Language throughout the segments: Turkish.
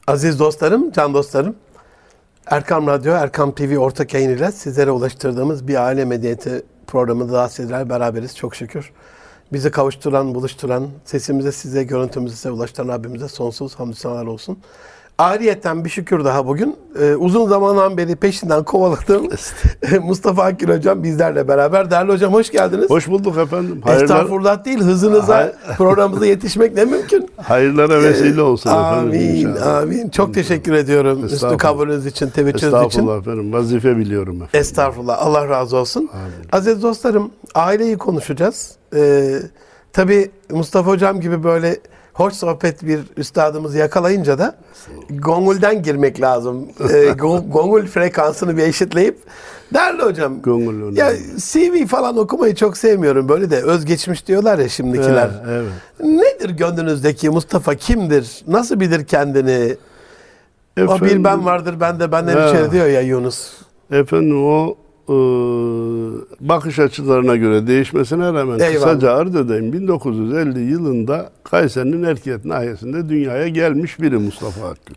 Aziz dostlarım, can dostlarım, Erkam Radyo, Erkam TV ortak yayınıyla sizlere ulaştırdığımız bir aile medeniyeti programında daha sizlerle beraberiz çok şükür. Bizi kavuşturan, buluşturan, sesimize size, görüntümüzü size ulaştıran Rabbimize sonsuz hamdü senalar olsun. Ayrıyeten bir şükür daha bugün uzun zamandan beri peşinden kovaladığım Mustafa Akgül Hocam bizlerle beraber. Değerli hocam hoş geldiniz. Hoş bulduk efendim. Estağfurullah değil, hızınıza programımıza yetişmek ne mümkün. Hayırlara vesile olsun amin, efendim inşallah. Amin. Çok teşekkür ediyorum üstü kabulünüz için, teveccühünüz için. Estağfurullah efendim. Vazife biliyorum efendim. Estağfurullah. Allah razı olsun. Amin. Aziz dostlarım, aileyi konuşacağız. Tabii Mustafa Hocam gibi böyle hoş sohbet bir üstadımızı yakalayınca da gongulden girmek lazım. Gongul frekansını bir eşitleyip. Değerli hocam, ya CV falan okumayı çok sevmiyorum. Böyle de özgeçmiş diyorlar ya şimdikiler. Evet. Nedir gönlünüzdeki Mustafa kimdir? Nasıl bilir kendini? Efendim, O bir ben vardır, ben de benden içeri diyor ya Yunus. Efendim o bakış açılarına göre değişmesine rağmen kısaca arz edeyim. 1950 yılında Kayseri'nin Erkiyet nahiyesinde dünyaya gelmiş biri Mustafa Akgül.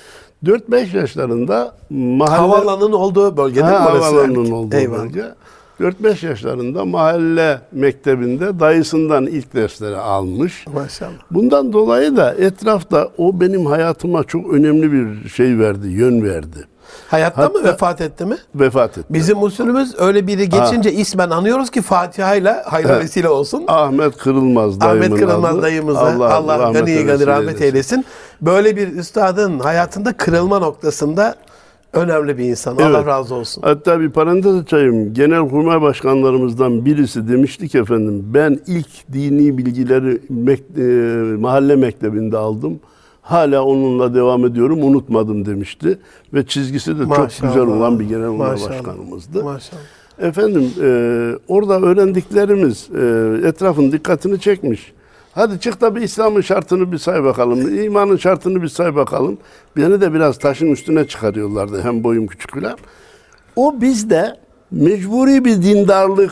4-5 yaşlarında Havaalanının olduğu bölgede mi orası? Havaalanının olduğu bölge. 4-5 yaşlarında mahalle mektebinde dayısından ilk dersleri almış. Maşallah. Bundan dolayı da etrafta o benim hayatıma çok önemli bir şey verdi, yön verdi. Hayatta mı vefat etti mi? Vefat etti. Bizim usulümüz öyle biri geçince ismen anıyoruz ki Fatiha ile hayra vesile olsun. Ahmet Kırılmaz dayımın Ahmet Kırılmaz adı. Allah gani rahmet eylesin. Böyle bir üstadın hayatında kırılma noktasında önemli bir insan. Evet. Allah razı olsun. Hatta bir parantez açayım. Genelkurmay başkanlarımızdan birisi demişti ki efendim ben ilk dini bilgileri mahalle mektebinde aldım. Hala onunla devam ediyorum, unutmadım demişti. Ve çizgisi de çok güzel olan bir genelkurmay başkanımızdı. Maşallah. Efendim orada öğrendiklerimiz etrafın dikkatini çekmiş. Hadi çık da bir İslam'ın şartını bir say bakalım, imanın şartını bir say bakalım. Beni de biraz taşın üstüne çıkarıyorlardı hem boyum küçük falan. O bizde mecburi bir dindarlık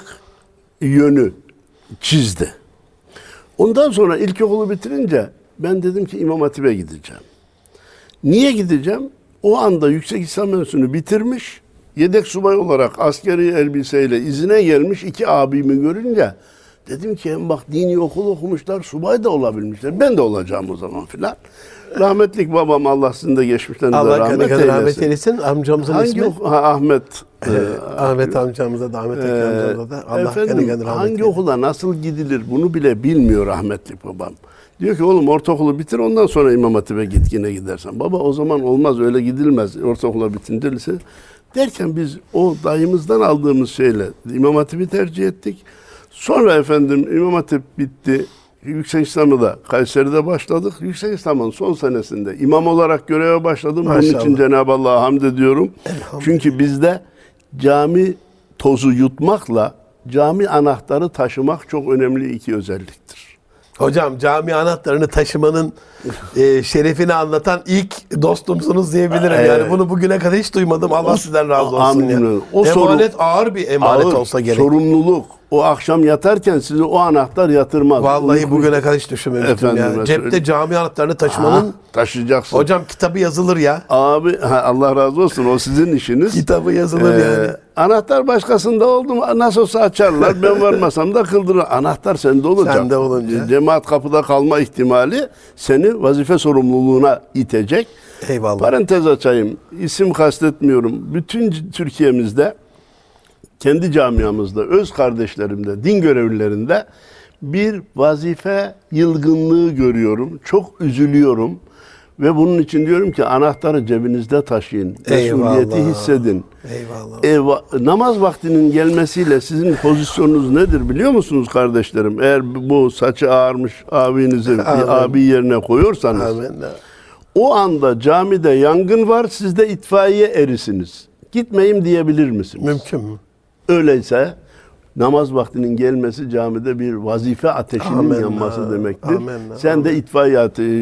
yönü çizdi. Ondan sonra ilkokulu bitirince ben dedim ki İmam Hatip'e gideceğim. Niye gideceğim? O anda Yüksek İslam Enstitüsü'nü bitirmiş, yedek subay olarak askeri elbiseyle izine gelmiş iki abimi görünce dedim ki hem bak dini okul okumuşlar, subay da olabilmişler. Ben de olacağım o zaman filan. Rahmetlik babam Allah sizin de geçmişlerinize rahmet eylesin. Amcamızın ismi? Ahmet. Ahmet amcamıza da, Ahmet amcamıza da. Allah efendim, hangi okula nasıl gidilir bunu bile bilmiyor rahmetlik babam. Diyor ki oğlum ortaokulu bitir ondan sonra İmam Hatip'e git yine gidersen. Baba o zaman olmaz öyle gidilmez ortaokula bitince lise. Derken biz o dayımızdan aldığımız şeyle İmam Hatip'i tercih ettik. Sonra efendim İmam Hatip bitti. Yüksek İslam'ı da Kayseri'de başladık. Yüksek İslam'ın son senesinde imam olarak göreve başladım. Maşallah. Bunun için Cenab-ı Allah'a hamd ediyorum. Çünkü bizde cami tozu yutmakla cami anahtarı taşımak çok önemli iki özelliktir. Hocam cami anahtarını taşımanın şerefini anlatan ilk dostumsunuz diyebilirim. Yani bunu bugüne kadar hiç duymadım. Allah sizden razı olsun. Yani. O emanet ağır bir emanet olsa gerek. Sorumluluk. O akşam yatarken sizi o anahtar yatırmaz. Vallahi bugüne kadar hiç düşünmemiştim ya. Cepte cami anahtarını taşımanın... taşıyacaksın. Hocam kitabı yazılır ya. Abi Allah razı olsun o sizin işiniz. Kitabı yazılır yani. Anahtar başkasında oldu mu nasıl olsa açarlar. Ben varmasam da kıldırır. Anahtar sende olacak. Sende olunca. Cemaat kapıda kalma ihtimali seni vazife sorumluluğuna itecek. Eyvallah. Parantez açayım. İsim kastetmiyorum. Bütün Türkiye'mizde kendi camiamızda, öz kardeşlerimde, din görevlilerinde bir vazife yılgınlığı görüyorum. Çok üzülüyorum. Ve bunun için diyorum ki anahtarı cebinizde taşıyın. Mesuliyeti hissedin. Eyvallah. Namaz vaktinin gelmesiyle sizin pozisyonunuz nedir biliyor musunuz kardeşlerim? Eğer bu saçı ağarmış abinizi bir abi yerine koyuyorsanız o anda camide yangın var, siz de itfaiye erisiniz. Gitmeyeyim diyebilir misiniz? Mümkün mü? Öyleyse namaz vaktinin gelmesi camide bir vazife ateşinin yanması demektir. Sen de itfaiye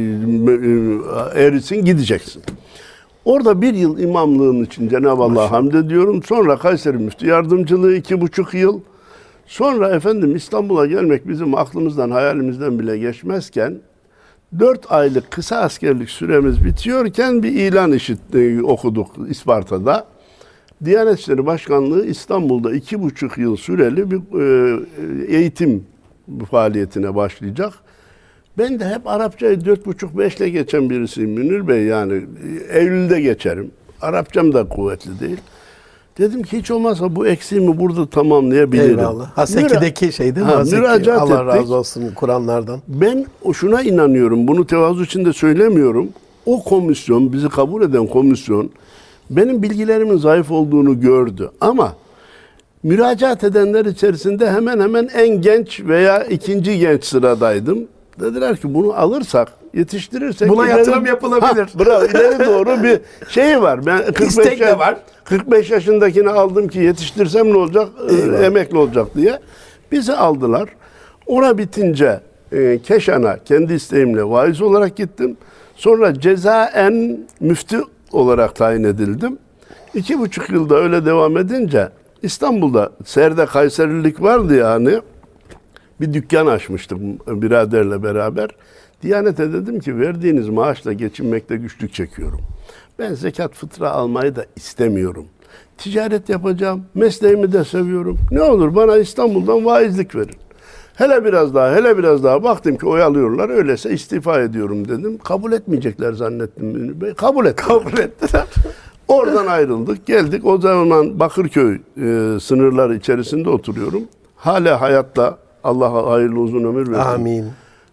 erisin gideceksin. Orada bir yıl imamlığın için Cenab-ı Allah'a hamd ediyorum. Sonra Kayseri Müftü Yardımcılığı 2,5 yıl. Sonra efendim İstanbul'a gelmek bizim aklımızdan, hayalimizden bile geçmezken 4 aylık kısa askerlik süremiz bitiyorken bir ilan okuduk İsparta'da. Diyanet İşleri Başkanlığı İstanbul'da 2,5 yıl süreli bir eğitim faaliyetine başlayacak. Ben de hep Arapçayı 4,5-5 ile geçen birisiyim Münir Bey, yani Eylül'de geçerim. Arapçam da kuvvetli değil. Dedim ki hiç olmazsa bu eksiğimi burada tamamlayabilirim. Eyvallah. Haseki'deki şey değil mi? Müracaat Allah ettik. razı olsun Kur'anlardan. Ben şuna inanıyorum, bunu tevazu içinde söylemiyorum. O komisyon, bizi kabul eden komisyon, benim bilgilerimin zayıf olduğunu gördü. Ama müracaat edenler içerisinde hemen hemen en genç veya ikinci genç sıradaydım. Dediler ki bunu alırsak, yetiştirirsek... Buna yatırım yapılabilir. Bravo, ileri doğru bir şey var. Ben 45 İstek de var. 45 yaşındakini aldım ki yetiştirsem ne olacak, emekli olacak diye. Bizi aldılar. Ora bitince Keşan'a kendi isteğimle vaiz olarak gittim. Sonra cezaen müftü olarak tayin edildim. 2,5 yılda öyle devam edince İstanbul'da Serde Kayserilik vardı yani. Bir dükkan açmıştık biraderle beraber. Diyanete dedim ki verdiğiniz maaşla geçinmekte güçlük çekiyorum. Ben zekat fıtra almayı da istemiyorum. Ticaret yapacağım, mesleğimi de seviyorum. Ne olur bana İstanbul'dan vaizlik verin. Hele biraz daha baktım ki oyalıyorlar, öyleyse istifa ediyorum dedim. Kabul etmeyecekler zannettim Münir Bey. Kabul ettiler. Oradan ayrıldık, geldik. O zaman Bakırköy sınırları içerisinde oturuyorum. Hala hayatta, Allah hayırlı uzun ömür versin. Amin.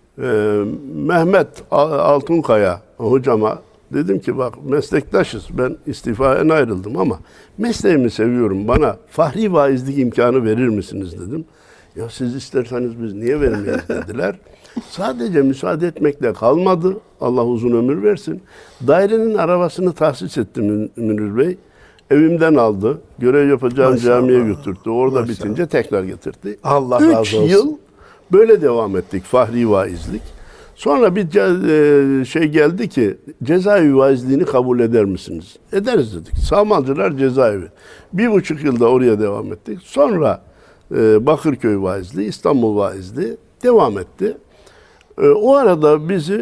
Mehmet Altunkaya hocama dedim ki bak meslektaşız, ben istifaya ayrıldım ama mesleğimi seviyorum, bana fahri vaizlik imkanı verir misiniz dedim. Ya siz isterseniz biz niye vermeyiz dediler. Sadece müsaade etmekle kalmadı, Allah uzun ömür versin. Dairenin arabasını tahsis etti Münir Bey. Evimden aldı, görev yapacağım camiye götürdü. Orada bitince tekrar getirdi. Allah razı olsun. 3 yıl böyle devam ettik, fahri vaizlik. Sonra bir şey geldi ki cezaevi vaizliğini kabul eder misiniz? Ederiz dedik. Sağmalcılar cezaevi. 1,5 yılda oraya devam ettik. Sonra Bakırköy vaizliği, İstanbul vaizliği devam etti. O arada bizi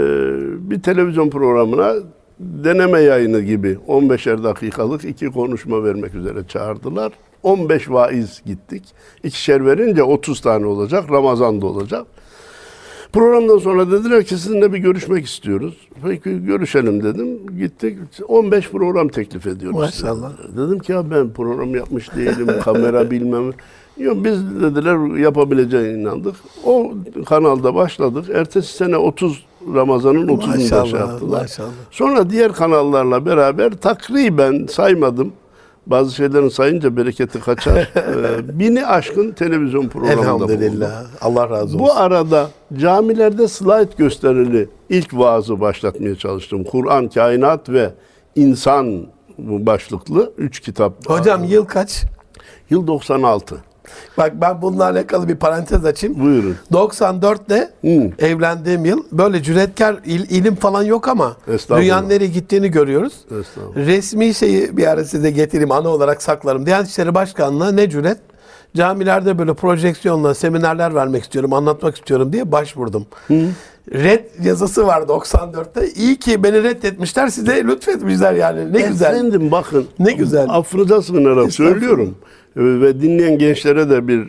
bir televizyon programına deneme yayını gibi 15'er dakikalık 2 konuşma vermek üzere çağırdılar. 15 vaiz gittik. 2'şer verince 30 tane olacak. Ramazan'da olacak. Programdan sonra dediler ki sizinle bir görüşmek istiyoruz. Peki görüşelim dedim. Gittik. 15 program teklif ediyoruz. Maşallah. Dedim ki ya ben program yapmış değilim. Kamera bilmem. Yok biz dediler yapabileceğine inandık. O kanalda başladık. Ertesi sene 30 Ramazan'ın 30'unda şey yaptılar. Maşallah. Sonra diğer kanallarla beraber takriben saymadım. Bazı şeylerin sayınca bereketi kaçar. 1000'i aşkın televizyon programında bulundum. Elhamdülillah. Allah razı olsun. Bu arada camilerde slide gösterili ilk vaazı başlatmaya çalıştım. Kur'an, Kainat ve İnsan başlıklı 3 kitap. Hocam yıl kaç? Yıl 96. Bak ben bununla alakalı bir parantez açayım. Buyurun. 94'te evlendiğim yıl. Böyle cüretkar ilim falan yok ama dünyanın nereye gittiğini görüyoruz. Resmi şeyi bir ara size getireyim, ana olarak saklarım. Diyanet İşleri Başkanlığı ne cüret? Camilerde böyle projeksiyonla seminerler vermek istiyorum, anlatmak istiyorum diye başvurdum. Red yazısı var 94'te. İyi ki beni reddetmişler, size lütfetmişler yani. Ne güzel. Efendim bakın. Ne güzel. Affınıza sığınarak söylüyorum. Ve dinleyen gençlere de bir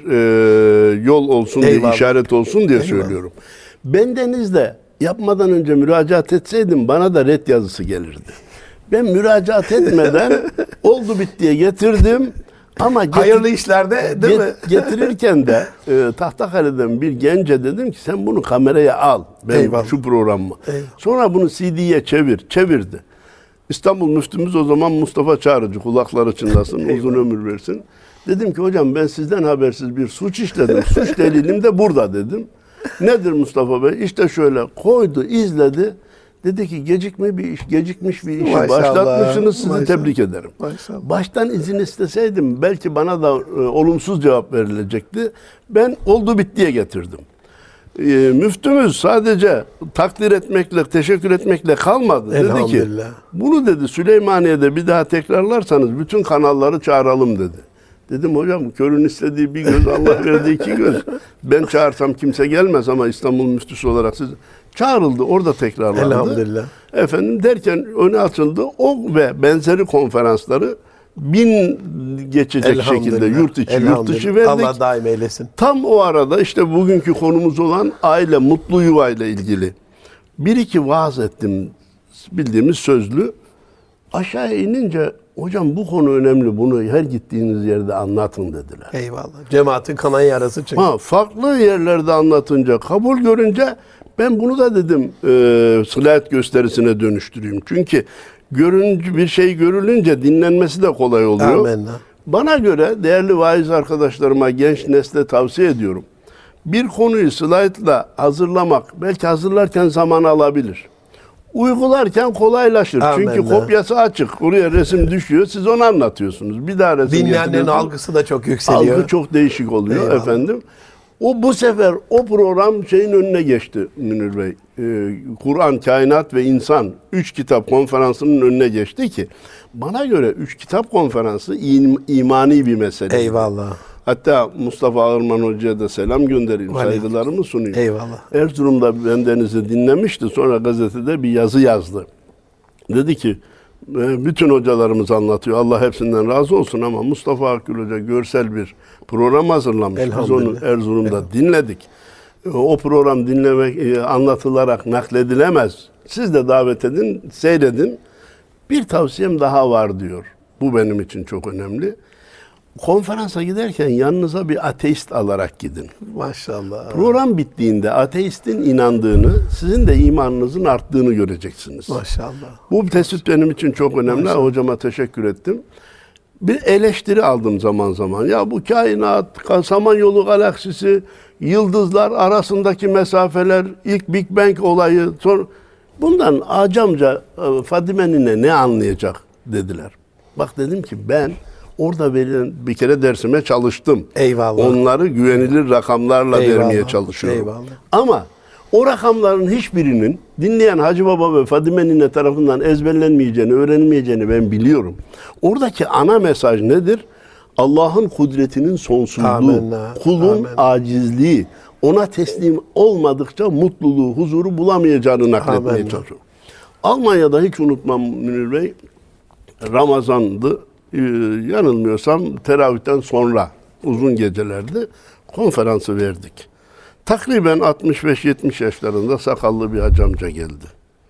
yol olsun diye, işaret olsun diye söylüyorum. Bendenizde yapmadan önce müracaat etseydim bana da red yazısı gelirdi. Ben müracaat etmeden oldu bittiye getirdim. Ama hayırlı işlerde değil mi? Getirirken de Tahtakale'den bir gence dedim ki sen bunu kameraya al. Ben şu programı. Sonra bunu CD'ye çevirdi. İstanbul müftümüz o zaman Mustafa Çağrıcı, kulakları çınlasın, uzun ömür versin. Dedim ki hocam ben sizden habersiz bir suç işledim. Suç delilim de burada dedim. Nedir Mustafa Bey? İşte şöyle koydu, izledi. Dedi ki gecikmiş bir işi başlatmışsınız, sizi tebrik ederim. Maşallah. Baştan izin isteseydim belki bana da olumsuz cevap verilecekti. Ben oldu bittiye getirdim. Müftümüz sadece takdir etmekle, teşekkür etmekle kalmadı. Dedi ki bunu dedi Süleymaniye'de bir daha tekrarlarsanız bütün kanalları çağıralım dedi. Dedim hocam körün istediği bir göz, Allah verdiği iki göz. Ben çağırsam kimse gelmez ama İstanbul müftüsü olarak siz çağrıldı. Orada tekrarlandı. Elhamdülillah. Efendim derken önü açıldı. O ve benzeri konferansları 1000 geçecek şekilde yurt içi, yurt dışı verdik. Allah daim eylesin. Tam o arada işte bugünkü konumuz olan aile, mutlu yuva ile ilgili bir iki vaaz ettim, bildiğimiz sözlü. Aşağıya inince hocam bu konu önemli, bunu her gittiğiniz yerde anlatın dediler. Eyvallah. Cemaatin kanayan yarası çünkü. Farklı yerlerde anlatınca, kabul görünce ben bunu da dedim slide gösterisine dönüştüreyim. Çünkü bir şey görülünce dinlenmesi de kolay oluyor. Amenna. Bana göre değerli vaiz arkadaşlarıma, genç nesle tavsiye ediyorum. Bir konuyu slaytla hazırlamak belki hazırlarken zaman alabilir. Uygularken kolaylaşır. Amenna. Çünkü kopyası açık. Oraya resim düşüyor. Siz onu anlatıyorsunuz. Bir daha resim Dinleyenlerin getiriyorsunuz. algısı da çok yükseliyor. Algı çok değişik oluyor. Eyvallah. Efendim. Bu sefer o program şeyin önüne geçti Münir Bey. Kur'an, Kainat ve İnsan 3 kitap konferansının önüne geçti ki bana göre 3 kitap konferansı imani bir mesele. Eyvallah. Hatta Mustafa Ağırman Hoca'ya da selam göndereyim. Saygılarımı sunayım. Eyvallah. Erzurum'da bendenizi dinlemişti. Sonra gazetede bir yazı yazdı. Dedi ki bütün hocalarımız anlatıyor. Allah hepsinden razı olsun ama Mustafa Akgül Hoca görsel bir program hazırlamış. Biz onu Erzurum'da dinledik. O program anlatılarak nakledilemez. Siz de davet edin, seyredin. Bir tavsiyem daha var diyor. Bu benim için çok önemli. Konferansa giderken yanınıza bir ateist alarak gidin. Maşallah. Program bittiğinde ateistin inandığını, sizin de imanınızın arttığını göreceksiniz. Maşallah. Bu tespit benim için çok önemli. Maşallah. Hocama teşekkür ettim. Bir eleştiri aldım zaman zaman. Ya bu kainat, Samanyolu galaksisi, yıldızlar arasındaki mesafeler, ilk Big Bang olayı, sonra bundan acamca Fadime Nine ne anlayacak dediler. Bak dedim ki ben orada bir kere dersime çalıştım. Eyvallah. Onları güvenilir rakamlarla vermeye çalışıyorum. Eyvallah. Ama o rakamların hiçbirinin dinleyen Hacı Baba ve Fadime Nine tarafından ezberlenmeyeceğini, öğrenilmeyeceğini ben biliyorum. Oradaki ana mesaj nedir? Allah'ın kudretinin sonsuzluğu, Amenna. kulun Amenna. acizliği, ona teslim olmadıkça mutluluğu, huzuru bulamayacağını nakletmeye çalışıyor. Almanya'da hiç unutmam Münir Bey, Ramazan'dı. Yanılmıyorsam teravihten sonra uzun gecelerde konferansı verdik. Takriben 65-70 yaşlarında sakallı bir hacı amca geldi.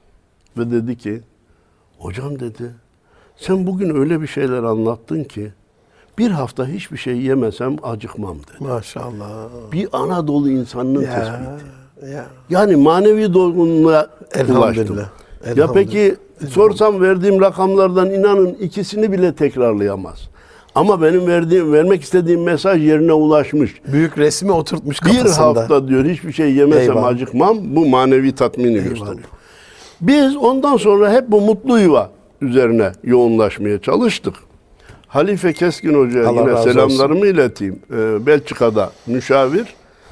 Ve dedi ki, hocam dedi, sen bugün öyle bir şeyler anlattın ki bir hafta hiçbir şey yemesem acıkmam dedi. Maşallah. Bir Anadolu insanının tespiti. Ya. Yani manevi doygunluğa ulaştım. Ya peki sorsam verdiğim rakamlardan inanın ikisini bile tekrarlayamaz. Ama benim vermek istediğim mesaj yerine ulaşmış. Büyük resmi oturtmuş kafasında. Bir hafta diyor hiçbir şey yemesem Eyvallah. Acıkmam. Bu manevi tatmini gösteriyor. Biz ondan sonra hep bu mutlu yuva üzerine yoğunlaşmaya çalıştık. Halife Keskin Hoca'ya yine selamlarımı ileteyim. Belçika'da müşavir.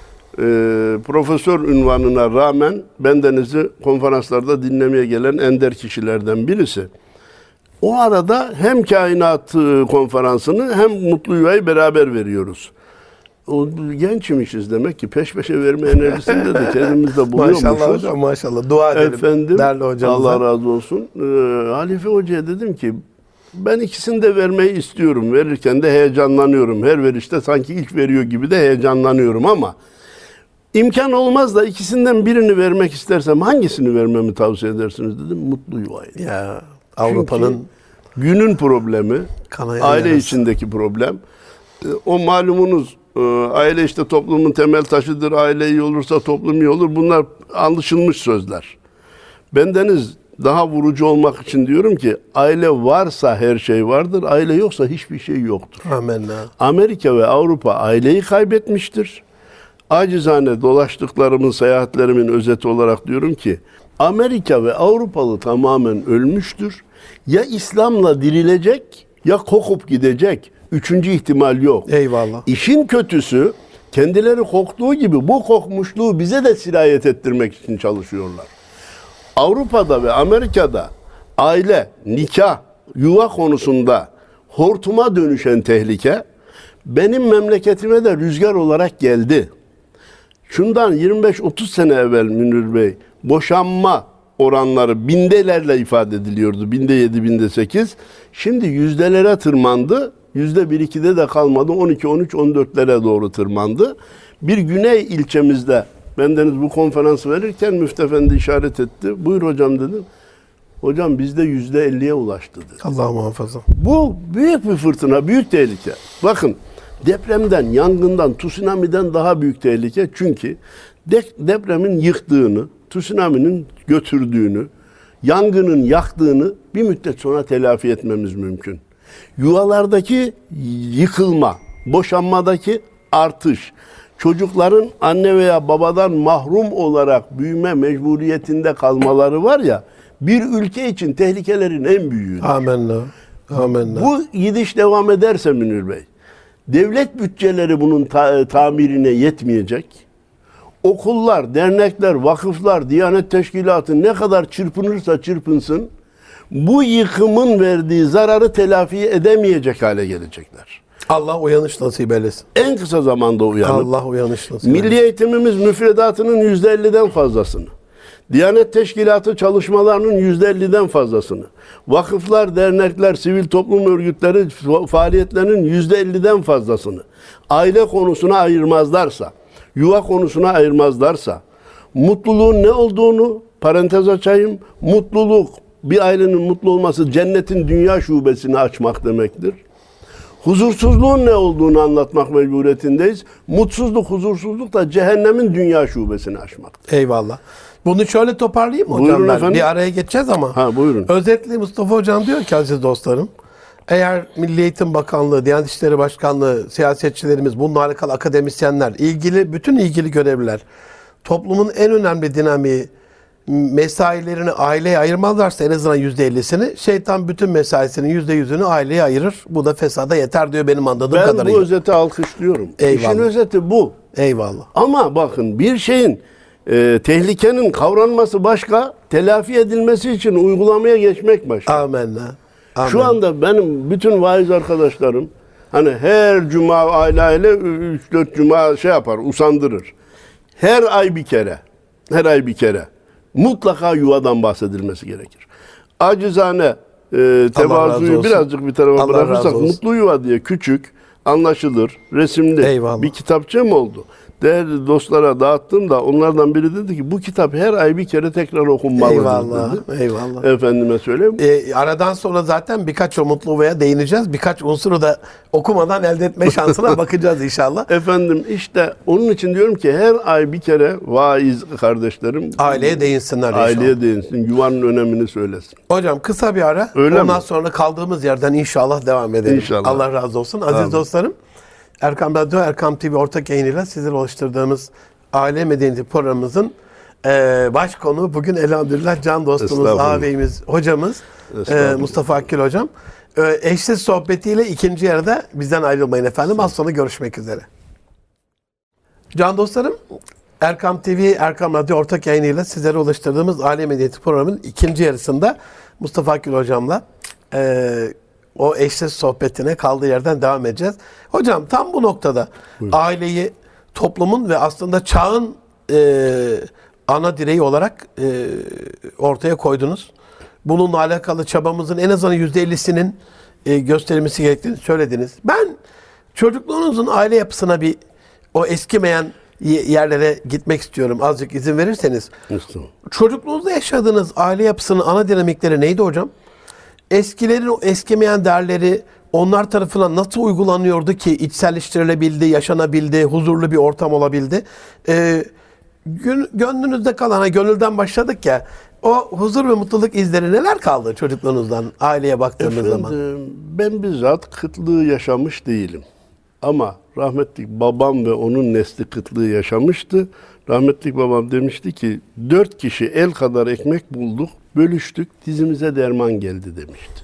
Profesör unvanına rağmen bendenizi konferanslarda dinlemeye gelen ender kişilerden birisi. O arada hem kainat konferansını hem mutlu yuvayı beraber veriyoruz. O gençmişiz demek ki peş peşe verme enerjisinde de kendimizde buluyormuşuz. Maşallah hocam maşallah. Dua edelim. Efendim, değerli hocamıza. Allah razı olsun. Halife Hoca'ya dedim ki ben ikisini de vermeyi istiyorum. Verirken de heyecanlanıyorum. Her verişte sanki ilk veriyor gibi de heyecanlanıyorum ama İmkan olmaz da ikisinden birini vermek istersem hangisini vermemi tavsiye edersiniz dedim. Mutlu yuvayı. Ya Avrupa'nın günün problemi, aile yarası. içindeki problem. O malumunuz aile işte toplumun temel taşıdır. Aile iyi olursa toplum iyi olur. Bunlar anlaşılmış sözler. Bendeniz daha vurucu olmak için diyorum ki aile varsa her şey vardır. Aile yoksa hiçbir şey yoktur. Amenna. Amerika ve Avrupa aileyi kaybetmiştir. Acizane dolaştıklarımın, seyahatlerimin özeti olarak diyorum ki Amerika ve Avrupalı tamamen ölmüştür. Ya İslam'la dirilecek ya kokup gidecek. Üçüncü ihtimal yok. Eyvallah. İşin kötüsü kendileri koktuğu gibi bu kokmuşluğu bize de sirayet ettirmek için çalışıyorlar. Avrupa'da ve Amerika'da aile, nikah, yuva konusunda hortuma dönüşen tehlike benim memleketime de rüzgar olarak geldi. Şundan 25-30 sene evvel Münir Bey, boşanma oranları bindelerle ifade ediliyordu. Binde 7, binde 8. Şimdi yüzdelere tırmandı. %1-2'de de kalmadı. 12, 13, 14'lere doğru tırmandı. Bir güney ilçemizde bendeniz bu konferansı verirken Müftü Efendi işaret etti. Buyur hocam dedim. Hocam bizde %50'ye ulaştı dedi. Allah muhafaza. Bu büyük bir fırtına, büyük tehlike. Bakın depremden, yangından, tsunami'den daha büyük tehlike. Çünkü depremin yıktığını, tsunami'nin götürdüğünü, yangının yaktığını bir müddet sonra telafi etmemiz mümkün. Yuvalardaki yıkılma, boşanmadaki artış, çocukların anne veya babadan mahrum olarak büyüme mecburiyetinde kalmaları var ya, bir ülke için tehlikelerin en büyüğü. Amenna. Amenna. Bu gidiş devam ederse Münir Bey, devlet bütçeleri bunun tamirine yetmeyecek. Okullar, dernekler, vakıflar, Diyanet Teşkilatı ne kadar çırpınırsa çırpınsın, bu yıkımın verdiği zararı telafi edemeyecek hale gelecekler. Allah uyanış nasip eylesin. En kısa zamanda uyanıp, Allah uyanış nasip eylesin. milli eğitimimiz müfredatının %50'den fazlasını, Diyanet Teşkilatı çalışmalarının %50'den fazlasını, vakıflar, dernekler, sivil toplum örgütleri faaliyetlerinin %50'den fazlasını aile konusuna ayırmazlarsa, yuva konusuna ayırmazlarsa, mutluluğun ne olduğunu parantez açayım, mutluluk, bir ailenin mutlu olması cennetin dünya şubesini açmak demektir. Huzursuzluğun ne olduğunu anlatmak mecburiyetindeyiz. Mutsuzluk, huzursuzluk da cehennemin dünya şubesini açmaktır. Eyvallah. Bunu şöyle toparlayayım mı hocam? Buyurun Ben efendim. bir araya geçeceğiz ama. Ha, buyurun. Özetle Mustafa Hocam diyor ki aziz dostlarım, eğer Milli Eğitim Bakanlığı, Diyanet İşleri Başkanlığı, siyasetçilerimiz, bununla alakalı akademisyenler, bütün ilgili görevliler, toplumun en önemli dinamiği, mesailerini aileye ayırmazlarsa en azından %50'sini, şeytan bütün mesaisinin %100'ünü aileye ayırır. Bu da fesada yeter diyor benim anladığım kadarıyla. Ben bu özeti alkışlıyorum. Eyvallah. İşin özeti bu. Eyvallah. Ama bakın bir şeyin tehlikenin kavranması başka, telafi edilmesi için uygulamaya geçmek başka. Amenna. Amen. Şu anda benim bütün vaiz arkadaşlarım hani her cuma aile 3-4 cuma şey yapar, usandırır. Her ay bir kere mutlaka yuvadan bahsedilmesi gerekir. Acizane tevazuyu birazcık bir tarafa Allah razı bırakırsak olsun. Mutlu Yuva diye küçük, anlaşılır, resimli Eyvallah. bir kitapçığım oldu. Değerli dostlara dağıttım da onlardan biri dedi ki bu kitap her ay bir kere tekrar okunmalıdır Eyvallah. dedi. Eyvallah. Efendime söyleyeyim. Aradan sonra zaten birkaç o Mutlu'ya değineceğiz. Birkaç unsuru da okumadan elde etme şansına bakacağız inşallah. Efendim işte onun için diyorum ki her ay bir kere vaiz kardeşlerim Aileye değinsinler inşallah. aileye değinsin, yuvanın önemini söylesin. Hocam kısa bir ara. Öyle Ondan mi? sonra kaldığımız yerden inşallah devam edelim. İnşallah. Allah razı olsun. Aziz Amin. dostlarım, Erkam Radyo, Erkam TV ortak yayınıyla sizlere oluşturduğumuz Aile Medeniyeti programımızın baş konuğu bugün elhamdülillah can dostumuz, Estağfurullah. ağabeyimiz, hocamız Estağfurullah. Mustafa Akgül hocam. Eşsiz sohbetiyle ikinci yarıda bizden ayrılmayın efendim. Az sonra görüşmek üzere. Can dostlarım, Erkam TV, Erkam Radyo ortak yayınıyla sizlere ulaştırdığımız Aile Medeniyeti programının ikinci yarısında Mustafa Akgül hocamla o eşsiz sohbetine kaldığı yerden devam edeceğiz. Hocam tam bu noktada aileyi toplumun ve aslında çağın ana direği olarak ortaya koydunuz. Bununla alakalı çabamızın en azından %50'sinin gösterilmesi gerektiğini söylediniz. Ben çocukluğunuzun aile yapısına bir o eskimeyen yerlere gitmek istiyorum. Azıcık izin verirseniz. Çocukluğunuzda yaşadığınız aile yapısının ana dinamikleri neydi hocam? Eskilerin o eskimeyen değerleri onlar tarafından nasıl uygulanıyordu ki içselleştirilebildi, yaşanabildi, huzurlu bir ortam olabildi? Gönlünüzde kalan, gönülden başladık ya, o huzur ve mutluluk izleri neler kaldı çocukluğunuzdan aileye baktığımız zaman? Ben bizzat kıtlığı yaşamış değilim. Ama rahmetli babam ve onun nesli kıtlığı yaşamıştı. Rahmetli babam demişti ki 4 kişi el kadar ekmek bulduk, bölüştük, dizimize derman geldi demişti.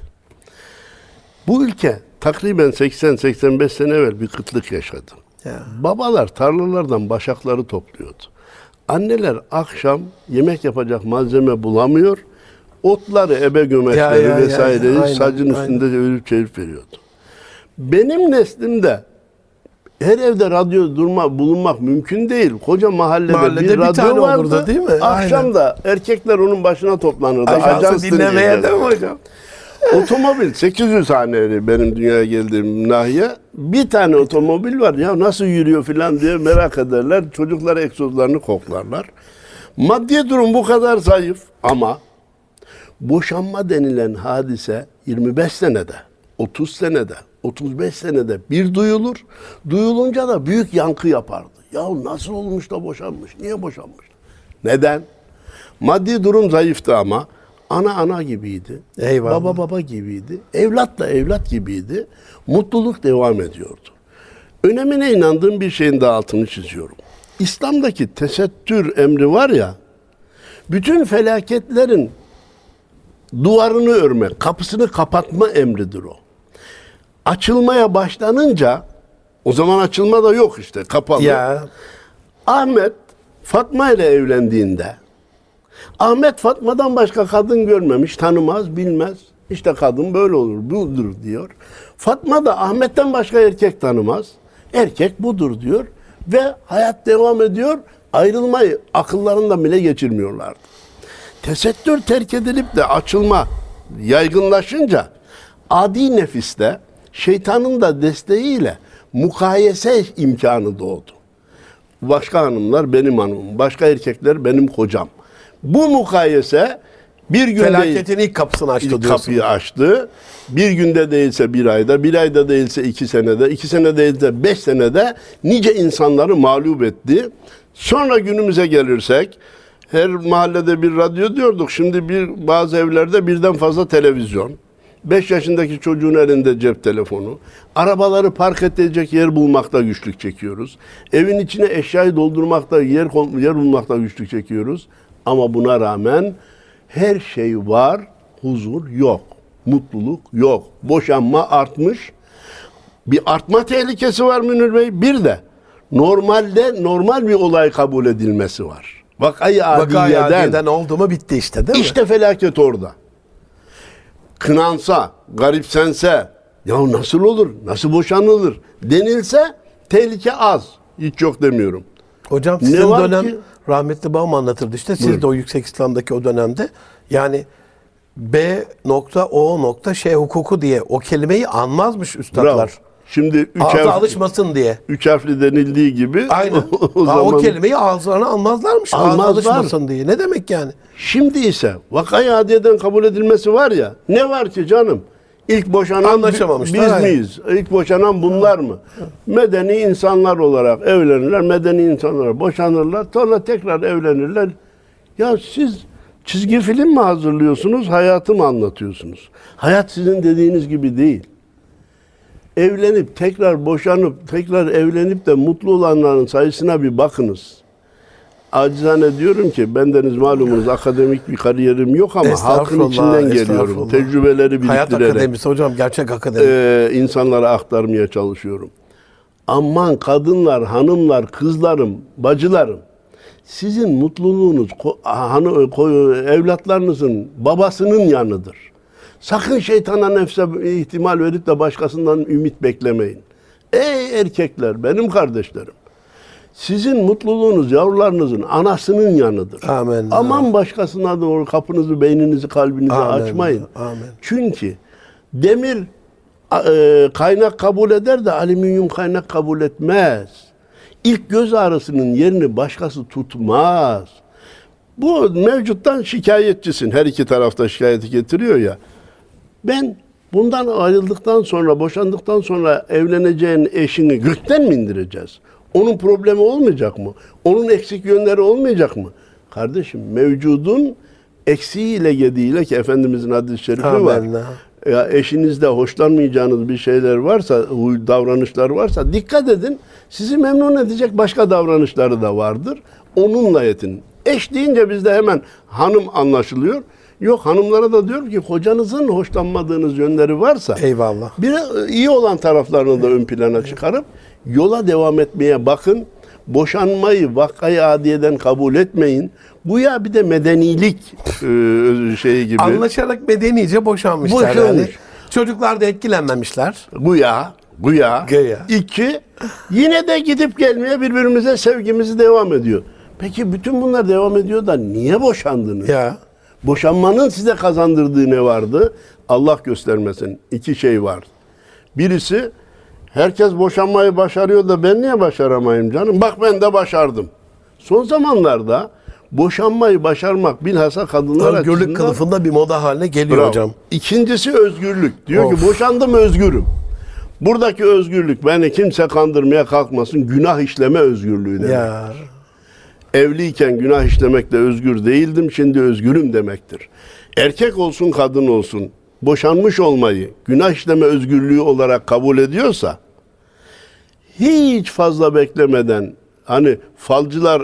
Bu ülke takriben 80-85 sene evvel bir kıtlık yaşadı. Ya. Babalar tarlalardan başakları topluyordu. Anneler akşam yemek yapacak malzeme bulamıyor, otları, ebe gömeçleri vesaireyi Aynen, sacın üstünde örüp çevirip veriyordu. Benim neslimde her evde radyo bulunmak mümkün değil. Koca mahallede bir radyo tane vardı. olurdu, değil mi? Akşam da erkekler onun başına toplanırdı. Ajansı dinlemeye değil mi hocam? Otomobil 800 haneli benim dünyaya geldiğim nahiye. Bir tane otomobil var. Ya nasıl yürüyor falan diye merak ederler. Çocuklar egzozlarını koklarlar. Maddi durum bu kadar zayıf ama boşanma denilen hadise 25 senede, 30 senede, 35 senede bir duyulur. Duyulunca da büyük yankı yapardı. Ya nasıl olmuş da boşanmış? Niye boşanmış? Neden? Maddi durum zayıftı ama ana ana gibiydi. Eyvallah. Baba baba gibiydi. Evlat da evlat gibiydi. Mutluluk devam ediyordu. Önemine inandığım bir şeyin de altını çiziyorum. İslam'daki tesettür emri var ya, bütün felaketlerin duvarını örmek, kapısını kapatma emridir o. Açılmaya başlanınca, o zaman açılma da yok işte, kapalı. Ya. Ahmet Fatma ile evlendiğinde, Ahmet Fatma'dan başka kadın görmemiş, tanımaz, bilmez. İşte kadın böyle olur, budur diyor. Fatma da Ahmet'ten başka erkek tanımaz. Erkek budur diyor ve hayat devam ediyor. Ayrılmayı akıllarında bile geçirmiyorlardı. Tesettür terk edilip de açılma yaygınlaşınca adi nefiste şeytanın da desteğiyle mukayese imkanı doğdu. Başka hanımlar benim hanımım, başka erkekler benim kocam. Bu mukayese bir günde Felaketin ilk kapısını açtı diyorsun. Kapıyı açtı. Bir günde değilse bir ayda, bir ayda değilse 2 senede, 2 sene değilse 5 senede nice insanları mağlup etti. Sonra günümüze gelirsek, her mahallede bir radyo diyorduk. Şimdi bazı evlerde birden fazla televizyon. 5 yaşındaki çocuğun elinde cep telefonu. Arabaları park edecek yer bulmakta güçlük çekiyoruz. Evin içine eşyayı doldurmakta, yer bulmakta güçlük çekiyoruz. Ama buna rağmen her şey var, huzur yok, mutluluk yok. Boşanma artmış. Bir artma tehlikesi var Münir Bey. Bir de normal bir olay kabul edilmesi var. Vakayı adiyeden oldu mu bitti işte, değil mi? İşte felaket orada. Kınansa, garipsense, ya nasıl olur, nasıl boşanılır denilse tehlike az. Hiç yok demiyorum. Hocam sizin dönem ki? rahmetli babam anlatırdı işte. Siz Buyurun. de o Yüksek İslam'daki o dönemde yani B.O. hukuku diye o kelimeyi anmazmış üstadlar. Bravo. Şimdi Ağza alışmasın diye. 3 harfli denildiği gibi Aynen. O kelimeyi ağızlarına almazlarmış. Ağza Almazlar. alışmasın diye. Ne demek yani? Şimdi ise vakayı adiyeden kabul edilmesi var ya, ne var ki canım? İlk boşanan Anlaşamamışlar, biz aynen. miyiz? İlk boşanan bunlar mı? Medeni insanlar olarak evlenirler, medeni insanlar boşanırlar, sonra tekrar evlenirler. Ya siz çizgi film mi hazırlıyorsunuz, hayatı mı anlatıyorsunuz? Hayat sizin dediğiniz gibi değil. Evlenip, tekrar boşanıp, tekrar evlenip de mutlu olanların sayısına bir bakınız. Acizane diyorum ki, bendeniz malumunuz akademik bir kariyerim yok ama halkın içinden geliyorum. Tecrübeleri Hayat biriktirerek akademisi hocam, gerçek akademi. insanlara aktarmaya çalışıyorum. Aman kadınlar, hanımlar, kızlarım, bacılarım, sizin mutluluğunuz evlatlarınızın babasının yanıdır. Sakın şeytana, nefse ihtimal verip de başkasından ümit beklemeyin. Ey erkekler, benim kardeşlerim, sizin mutluluğunuz yavrularınızın anasının yanıdır. Amin. Aman başkasına doğru kapınızı, beyninizi, kalbinizi Amin. açmayın. Amin. Çünkü demir kaynak kabul eder de alüminyum kaynak kabul etmez. İlk göz ağrısının yerini başkası tutmaz. Bu mevcuttan şikayetçisin. Her iki tarafta şikayeti getiriyor ya. Ben bundan ayrıldıktan sonra, boşandıktan sonra evleneceğin eşini gökten mi indireceğiz? Onun problemi olmayacak mı? Onun eksik yönleri olmayacak mı? Kardeşim, mevcudun eksiğiyle gediğiyle, ki Efendimizin hadis-i şerifi var. Ya eşinizde hoşlanmayacağınız bir şeyler varsa, davranışlar varsa dikkat edin. Sizi memnun edecek başka davranışları da vardır. Onunla yetin. Eş deyince bizde hemen hanım anlaşılıyor. Yok, hanımlara da diyorum ki kocanızın hoşlanmadığınız yönleri varsa eyvallah, bir iyi olan taraflarını da ön plana çıkarıp yola devam etmeye bakın. Boşanmayı vakayı adiyeden kabul etmeyin. Bu ya bir de medenilik şeyi gibi. anlaşarak medenice boşanmışlar. Boşanmış. Yani. Çocuklar da etkilenmemişler. Bu ya Güya. İki, yine de gidip gelmeye birbirimize sevgimizi devam ediyor. Peki bütün bunlar devam ediyor da niye boşandınız? Ya. Boşanmanın size kazandırdığı ne vardı? Allah göstermesin. İki şey var. Birisi, herkes boşanmayı başarıyor da ben niye başaramayayım canım? Bak ben de başardım. Son zamanlarda boşanmayı başarmak bilhassa kadınlar açısından... Özgürlük kılıfında bir moda haline geliyor Bravo. hocam. İkincisi özgürlük. Diyor Of. ki boşandım, özgürüm. Buradaki özgürlük, beni kimse kandırmaya kalkmasın, günah işleme özgürlüğü demek. Ya. Evliyken günah işlemekle özgür değildim, şimdi özgürüm demektir. Erkek olsun, kadın olsun, boşanmış olmayı günah işleme özgürlüğü olarak kabul ediyorsa, hiç fazla beklemeden, hani falcılar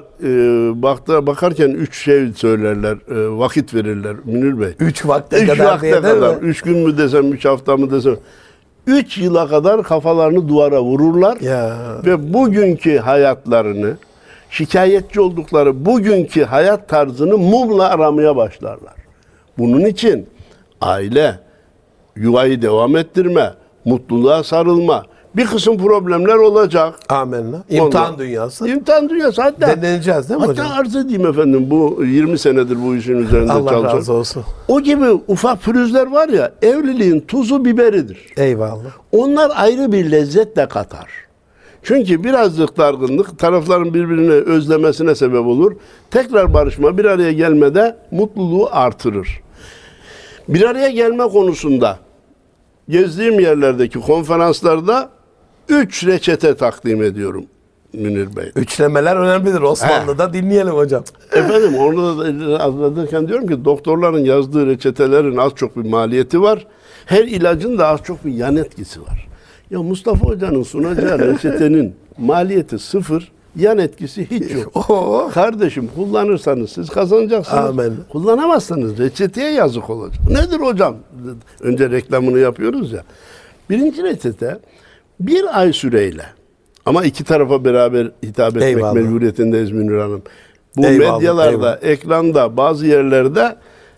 bakarken 3 şey söylerler, vakit verirler Münir Bey. 3 vakte 3 kadar vakte diye değil kadar, mi? 3 gün mü desem, 3 hafta mı desem, 3 yıla kadar kafalarını duvara vururlar. Ya. Ve bugünkü hayatlarını, şikayetçi oldukları bugünkü hayat tarzını mumla aramaya başlarlar. Bunun için aile, yuvayı devam ettirme, mutluluğa sarılma, bir kısım problemler olacak. Amenna. İmtihan Ondan. dünyası. İmtihan dünyası. Hatta Deneyeceğiz değil mi hocam? Hatta arz edeyim efendim, bu 20 senedir bu işin üzerinde Allah çalışan. razı olsun. O gibi ufak pürüzler var ya, evliliğin tuzu biberidir. Eyvallah. Onlar ayrı bir lezzet de katar. Çünkü birazcık dargınlık tarafların birbirini özlemesine sebep olur. Tekrar barışma, bir araya gelmede mutluluğu artırır. Bir araya gelme konusunda gezdiğim yerlerdeki konferanslarda 3 reçete takdim ediyorum Münir Bey. Üçlemeler önemlidir Osmanlı'da. Dinleyelim hocam. Efendim orada da anlatırken diyorum ki doktorların yazdığı reçetelerin az çok bir maliyeti var. Her ilacın da az çok bir yan etkisi var. Ya Mustafa Hoca'nın sunacağı reçetenin maliyeti 0, yan etkisi hiç yok. Oo. Kardeşim kullanırsanız siz kazanacaksınız. Amin. Kullanamazsanız reçeteye yazık olacak. Nedir hocam? Önce reklamını yapıyoruz ya. Birinci reçete, bir ay süreyle, ama iki tarafa beraber hitap etmek Eyvallah. mecburiyetindeyiz Münir Hanım. Bu Eyvallah, medyalarda, eyvallah. ekranda, bazı yerlerde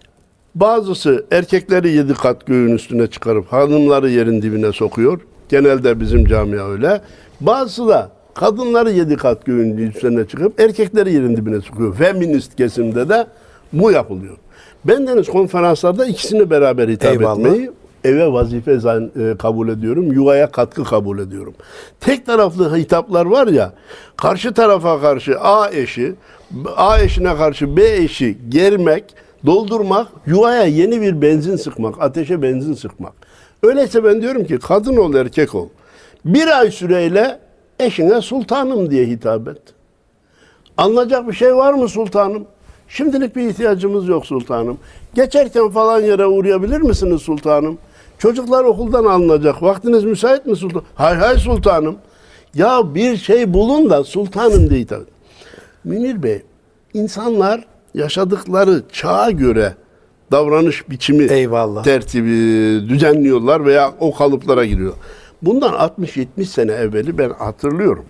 bazısı erkekleri 7 kat göğün üstüne çıkarıp hanımları yerin dibine sokuyor. Genelde bizim camia öyle. Bazısı da kadınları 7 kat göğün üstüne çıkıp erkekleri yerin dibine sokuyor. Feminist kesimde de bu yapılıyor. Bendeniz konferanslarda ikisini beraber hitap Eyvallah. etmeyi eve vazife kabul ediyorum. Yuvaya katkı kabul ediyorum. Tek taraflı hitaplar var ya, karşı tarafa karşı A eşine karşı B eşi germek, doldurmak, yuvaya yeni bir benzin sıkmak, ateşe benzin sıkmak. Öyleyse ben diyorum ki kadın ol, erkek ol. Bir ay süreyle eşine sultanım diye hitap et. Anlayacak bir şey var mı sultanım? Şimdilik bir ihtiyacımız yok sultanım. Geçerken falan yere uğrayabilir misiniz sultanım? Çocuklar okuldan alınacak. Vaktiniz müsait mi sultanım? Hay hay sultanım. Ya bir şey bulun da sultanım diye hitap et. Münir Bey, insanlar yaşadıkları çağa göre davranış biçimi, Eyvallah. tertibi düzenliyorlar veya o kalıplara giriyor. Bundan 60-70 sene evveli ben hatırlıyorum.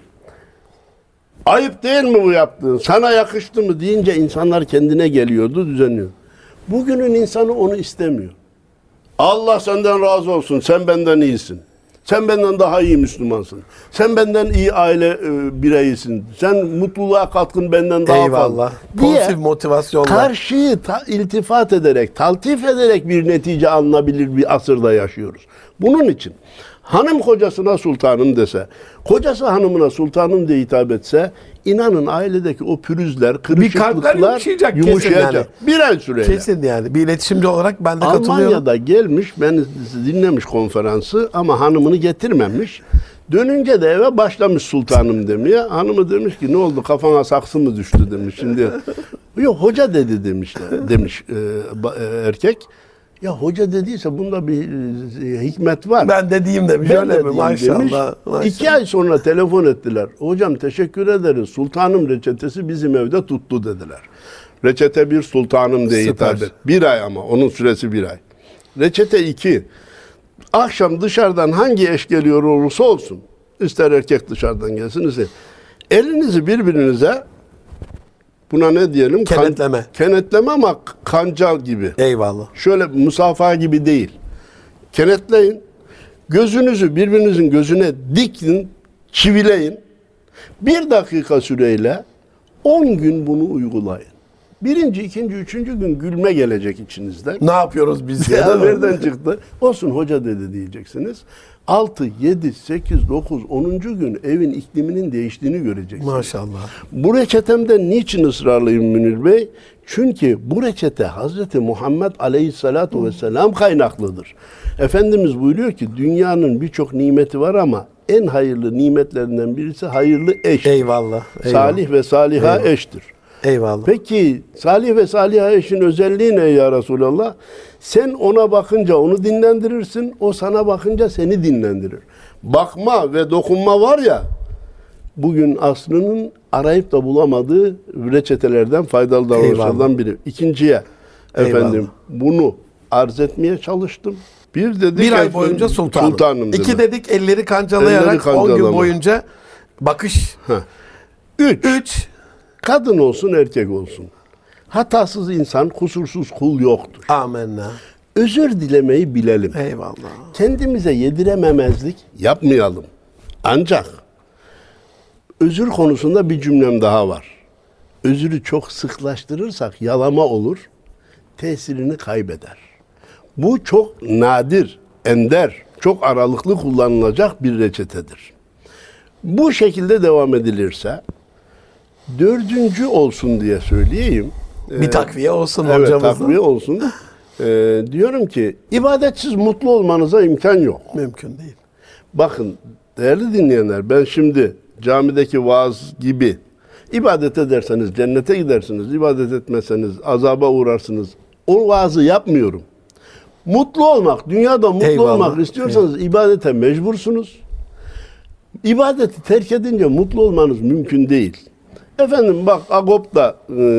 Ayıp değil mi bu yaptığın? Sana yakıştı mı deyince insanlar kendine geliyordu, düzenliyor. Bugünün insanı onu istemiyor. Allah senden razı olsun, sen benden iyisin. Sen benden daha iyi Müslümansın. Sen benden iyi aile bireyisin. Sen mutluluğa katkın benden daha fazla. Eyvallah. Pozitif motivasyonla. Karşıyı iltifat ederek, taltif ederek bir netice alınabilir bir asırda yaşıyoruz. Bunun için hanım kocasına sultanım dese, kocası hanımına sultanım diye hitap etse, inanın ailedeki o pürüzler, kırışıklıklar yumuşayacak yumuşayacak. kesin yani. Bir ay süreyle. Kesin yani. Bir iletişimci olarak ben de katılıyorum. Almanya'da gelmiş, ben dinlemiş konferansı ama hanımını getirmemiş. Dönünce de eve başlamış sultanım demeye. Hanımı demiş ki ne oldu, kafana saksı mı düştü demiş. Şimdi yok hoca dedi demiş erkek. Ya hoca dediyse bunda bir hikmet var. Ben de diyeyim demiş. Ben Öyle de mi? diyeyim Maşallah. demiş. Maşallah. 2 ay sonra telefon ettiler. Hocam teşekkür ederiz. Sultanım reçetesi bizim evde tuttu dediler. Reçete 1 sultanım diye Süper. hitap et. 1 ay ama onun süresi 1 ay. Reçete 2. Akşam dışarıdan hangi eş geliyor olursa olsun. İster erkek dışarıdan gelsin ister. Elinizi birbirinize, buna ne diyelim? Kenetleme. Kenetleme ama kancal gibi. Eyvallah. Şöyle musafaha gibi değil. Kenetleyin. Gözünüzü birbirinizin gözüne dikin, çivileyin. 1 dakika süreyle 10 gün bunu uygulayın. 1., 2., 3. gün gülme gelecek içinizden. Ne yapıyoruz biz Ya ya? nereden çıktı? Olsun hoca dedi diyeceksiniz. 6, 7, 8, 9, 10. gün evin ikliminin değiştiğini göreceksiniz. Maşallah. Bu reçetemde niçin ısrarlıyım Münir Bey? Çünkü bu reçete Hazreti Muhammed Aleyhisselatu Vesselam kaynaklıdır. Efendimiz buyuruyor ki dünyanın birçok nimeti var ama en hayırlı nimetlerinden birisi hayırlı eş. Eyvallah. Salih ve saliha eştir. Eyvallah. Peki salih ve saliha eşin özelliği ne ya Resulallah? Sen ona bakınca onu dinlendirirsin, o sana bakınca seni dinlendirir. Bakma ve dokunma var ya, bugün asrının arayıp da bulamadığı reçetelerden, faydalı davranışlardan biri. İkinciye efendim bunu arz etmeye çalıştım. Bir dedik Bir ay boyunca sultanım. dedi. 2 dedik elleri kancalayarak 10 gün boyunca bakış. 3 kadın olsun erkek olsun. Hatasız insan, kusursuz kul yoktur. amenna. Özür dilemeyi bilelim. Eyvallah. Kendimize yedirememezlik yapmayalım. Ancak özür konusunda bir cümlem daha var. Özürü çok sıklaştırırsak yalama olur, tesirini kaybeder. Bu çok nadir, ender, çok aralıklı kullanılacak bir reçetedir. Bu şekilde devam edilirse, 4. olsun diye söyleyeyim. Bir takviye olsun Evet, hocamızın. takviye olsun. Diyorum ki, ibadetsiz mutlu olmanıza imkan yok. Mümkün değil. Bakın değerli dinleyenler, ben şimdi camideki vaaz gibi ibadet ederseniz cennete gidersiniz, ibadet etmezseniz azaba uğrarsınız. O vaazı yapmıyorum. Mutlu olmak, dünyada mutlu Eyvallah. olmak istiyorsanız ibadete mecbursunuz. İbadeti terk edince mutlu olmanız mümkün değil. Efendim bak Agop da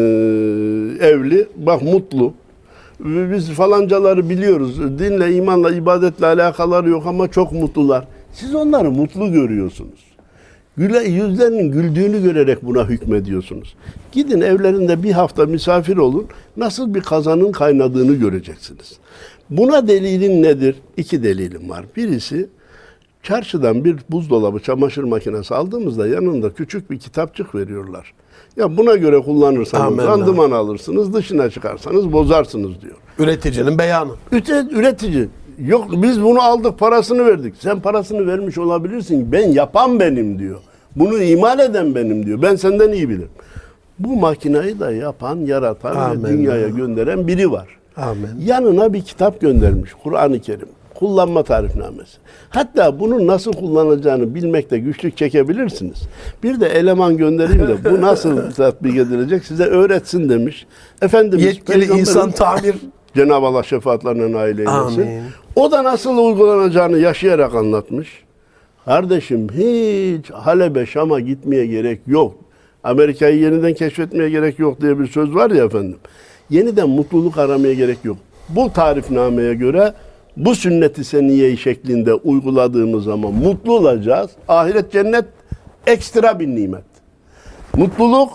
evli, bak mutlu. Biz falancaları biliyoruz. Dinle, imanla, ibadetle alakaları yok ama çok mutlular. Siz onları mutlu görüyorsunuz. Yüzlerinin güldüğünü görerek buna hükmediyorsunuz. Gidin evlerinde bir hafta misafir olun. Nasıl bir kazanın kaynadığını göreceksiniz. Buna delilin nedir? 2 delilim var. Birisi çarşıdan bir buzdolabı, çamaşır makinesi aldığımızda yanında küçük bir kitapçık veriyorlar. Ya buna göre kullanırsanız randıman alırsınız, dışına çıkarsanız bozarsınız diyor. Üreticinin beyanı. Üretici. Yok biz bunu aldık, parasını verdik. Sen parasını vermiş olabilirsin. Ben yapan benim diyor. Bunu imal eden benim diyor. Ben senden iyi bilirim. Bu makinayı da yapan, yaratan ve dünyaya gönderen biri var. Amin. Yanına bir kitap göndermiş. Kur'an-ı Kerim. Kullanma tarifnamesi. Hatta bunu nasıl kullanacağını bilmekte güçlük çekebilirsiniz. Bir de eleman göndereyim de bu nasıl tatbik edilecek size öğretsin demiş. Efendimiz Yetkili insan tamir. Cenab-ı Allah şefaatlerine nail eylesin. Amin. O da nasıl uygulanacağını yaşayarak anlatmış. Kardeşim hiç Halep'e, Şam'a gitmeye gerek yok. Amerika'yı yeniden keşfetmeye gerek yok diye bir söz var ya efendim. Yeniden mutluluk aramaya gerek yok. Bu tarifnameye göre bu sünnet-i seniyye şeklinde uyguladığımız zaman mutlu olacağız. Ahiret cennet ekstra bir nimet. Mutluluk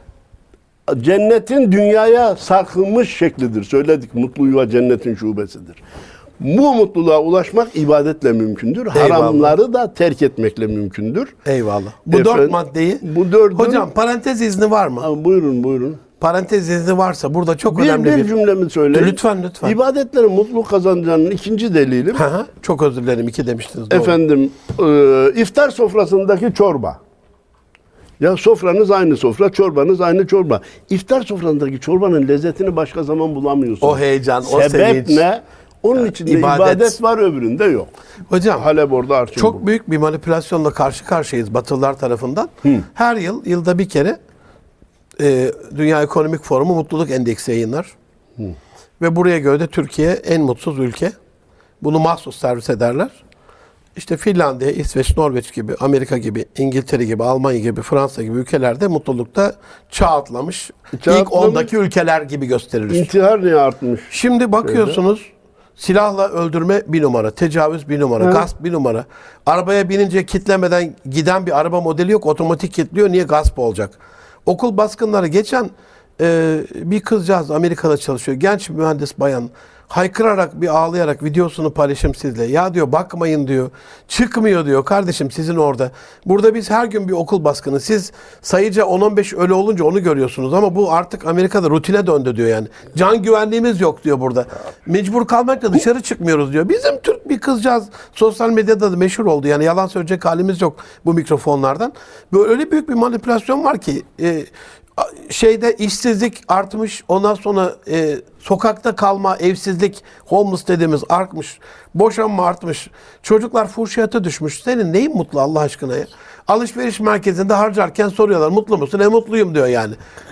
cennetin dünyaya sarkılmış şeklidir. Söyledik, mutlu yuva cennetin şubesidir. Bu mutluluğa ulaşmak ibadetle mümkündür. Eyvallah. Haramları da terk etmekle mümkündür. Eyvallah. Bu 4 maddeyi. Bu 4'ün... Hocam parantez izni var mı? Ha, buyurun. Parantez izni varsa burada çok önemli bir cümlemi söyleyeyim. Lütfen. İbadetlerin mutluluk kazanacağının 2. delilim. Çok özür dilerim 2 demiştiniz. Doğru. Efendim iftar sofrasındaki çorba. Ya sofranız aynı sofra, çorbanız aynı çorba. İftar sofrasındaki çorbanın lezzetini başka zaman bulamıyorsunuz. O heyecan, o sebep sevinç. ne? Onun içinde ibadet var, öbüründe yok. Hocam Halep orada, Arçın çok bu. büyük bir manipülasyonla karşı karşıyayız Batılılar tarafından. Her yılda bir kere Dünya Ekonomik Forumu Mutluluk Endeksi yayınlar. Ve buraya göre de Türkiye en mutsuz ülke. Bunu mahsus servis ederler. İşte Finlandiya, İsveç, Norveç gibi, Amerika gibi, İngiltere gibi, Almanya gibi, Fransa gibi ülkelerde mutlulukta çağ atlamış. İlk 10'daki ülkeler gibi gösterilir. İntihar niye artmış? Şimdi bakıyorsunuz silahla öldürme 1 numara, tecavüz 1 numara, gasp 1 numara. Arabaya binince kitlemeden giden bir araba modeli yok, otomatik kilitliyor. Niye gasp olacak? Okul baskınları geçen bir kızcağız Amerika'da çalışıyor. Genç bir mühendis bayan. haykırarak bir ağlayarak videosunu paylaşım sizle. Ya diyor bakmayın diyor. Çıkmıyor diyor kardeşim sizin orada. Burada biz her gün bir okul baskını. Siz sayıca 10-15 ölü olunca onu görüyorsunuz ama bu artık Amerika'da rutine döndü diyor yani. Can güvenliğimiz yok diyor burada. Mecbur kalmakla dışarı çıkmıyoruz diyor. Bizim Türk bir kızcağız sosyal medyada da meşhur oldu. Yani yalan söyleyecek halimiz yok bu mikrofonlardan. Böyle öyle büyük bir manipülasyon var ki işsizlik artmış, ondan sonra sokakta kalma, evsizlik, homeless dediğimiz artmış, boşanma artmış, çocuklar fuhşiyata düşmüş. Senin neyin mutlu Allah aşkına ya? Alışveriş merkezinde harcarken soruyorlar, mutlu musun? Mutluyum diyor yani.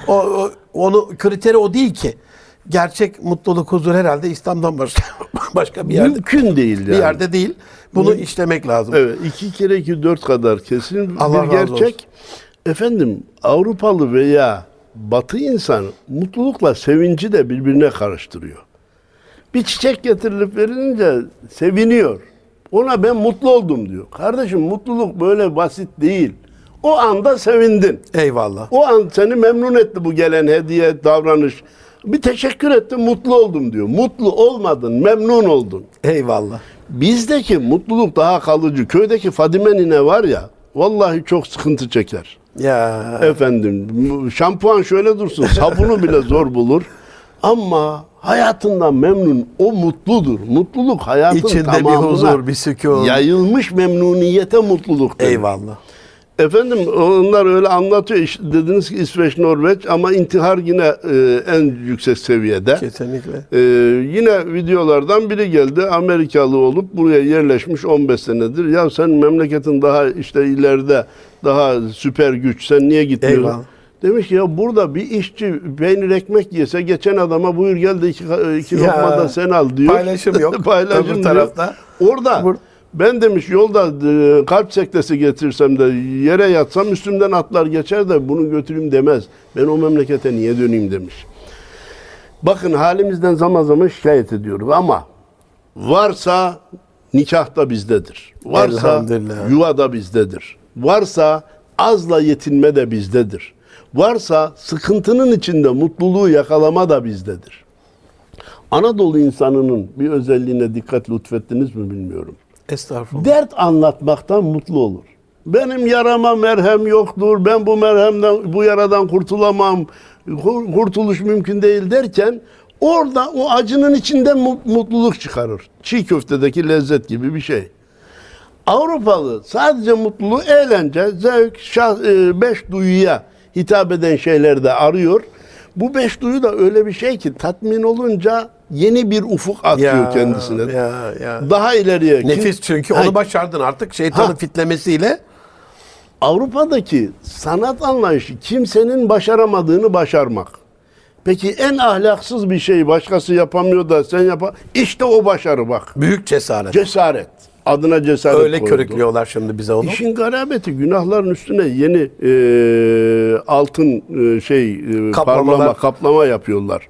Onu kriteri o değil ki. Gerçek mutluluk, huzur herhalde İslam'dan başka bir yerde. Mümkün değil yani. Bir yerde değil. Bunu işlemek lazım. Evet, 2 kere 2 4 kadar kesin Allah bir razı olsun. gerçek. Efendim, Avrupalı veya Batı insanı mutlulukla sevinci de birbirine karıştırıyor. Bir çiçek getirilip verilince seviniyor. Ona ben mutlu oldum diyor. Kardeşim mutluluk böyle basit değil. O anda sevindin. Eyvallah. O an seni memnun etti bu gelen hediye, davranış. Bir teşekkür ettim, mutlu oldum diyor. Mutlu olmadın, memnun oldun. Eyvallah. Bizdeki mutluluk daha kalıcı. Köydeki Fadime nine var ya, vallahi çok sıkıntı çeker. Ya. Efendim, şampuan şöyle dursun, sabunu bile zor bulur. Ama hayatından memnun, o mutludur. Mutluluk hayatın İçinde tamamına bir huzur, bir sükun. yayılmış memnuniyete mutluluk denir. Eyvallah. Efendim onlar öyle anlatıyor. İşte dediniz ki İsveç, Norveç ama intihar yine en yüksek seviyede. Kesinlikle. Yine videolardan biri geldi. Amerikalı olup buraya yerleşmiş 15 senedir. Ya sen memleketin daha işte ileride daha süper güç. Sen niye gitmiyorsun? Eyvallah. Demiş ki ya burada bir işçi peynir ekmek yese geçen adama buyur gel de iki lokma da sen al diyor. Paylaşım yok. Paylaşım Öbür diyor. tarafta. Orada ben demiş yolda kalp sektesi getirsem de yere yatsam üstümden atlar geçer de bunu götüreyim demez. Ben o memlekete niye döneyim demiş. Bakın halimizden zaman zaman şikayet ediyoruz ama varsa nikah da bizdedir. Varsa yuva da bizdedir. Varsa azla yetinme de bizdedir. Varsa sıkıntının içinde mutluluğu yakalama da bizdedir. Anadolu insanının bir özelliğine dikkat lütfettiniz mi bilmiyorum. Estağfurullah. Dert anlatmaktan mutlu olur. Benim yarama merhem yoktur, ben bu merhemden, bu yaradan kurtulamam, kurtuluş mümkün değil derken orada o acının içinden mutluluk çıkarır. Çiğ köftedeki lezzet gibi bir şey. Avrupalı sadece mutluluğu eğlence, zevk, 5 duyuya hitap eden şeyler de arıyor. Bu 5 duyu da öyle bir şey ki tatmin olunca yeni bir ufuk atıyor kendisine. Daha ileriye. Nefis çünkü onu başardın artık şeytanın fitlemesiyle. Avrupa'daki sanat anlayışı kimsenin başaramadığını başarmak. Peki en ahlaksız bir şey başkası yapamıyor da sen İşte o başarı bak. Büyük cesaret. Cesaret. Adına cesaret öyle koydu. Körüklüyorlar şimdi bize onu. İşin garabeti günahların üstüne yeni altın kaplama yapıyorlar.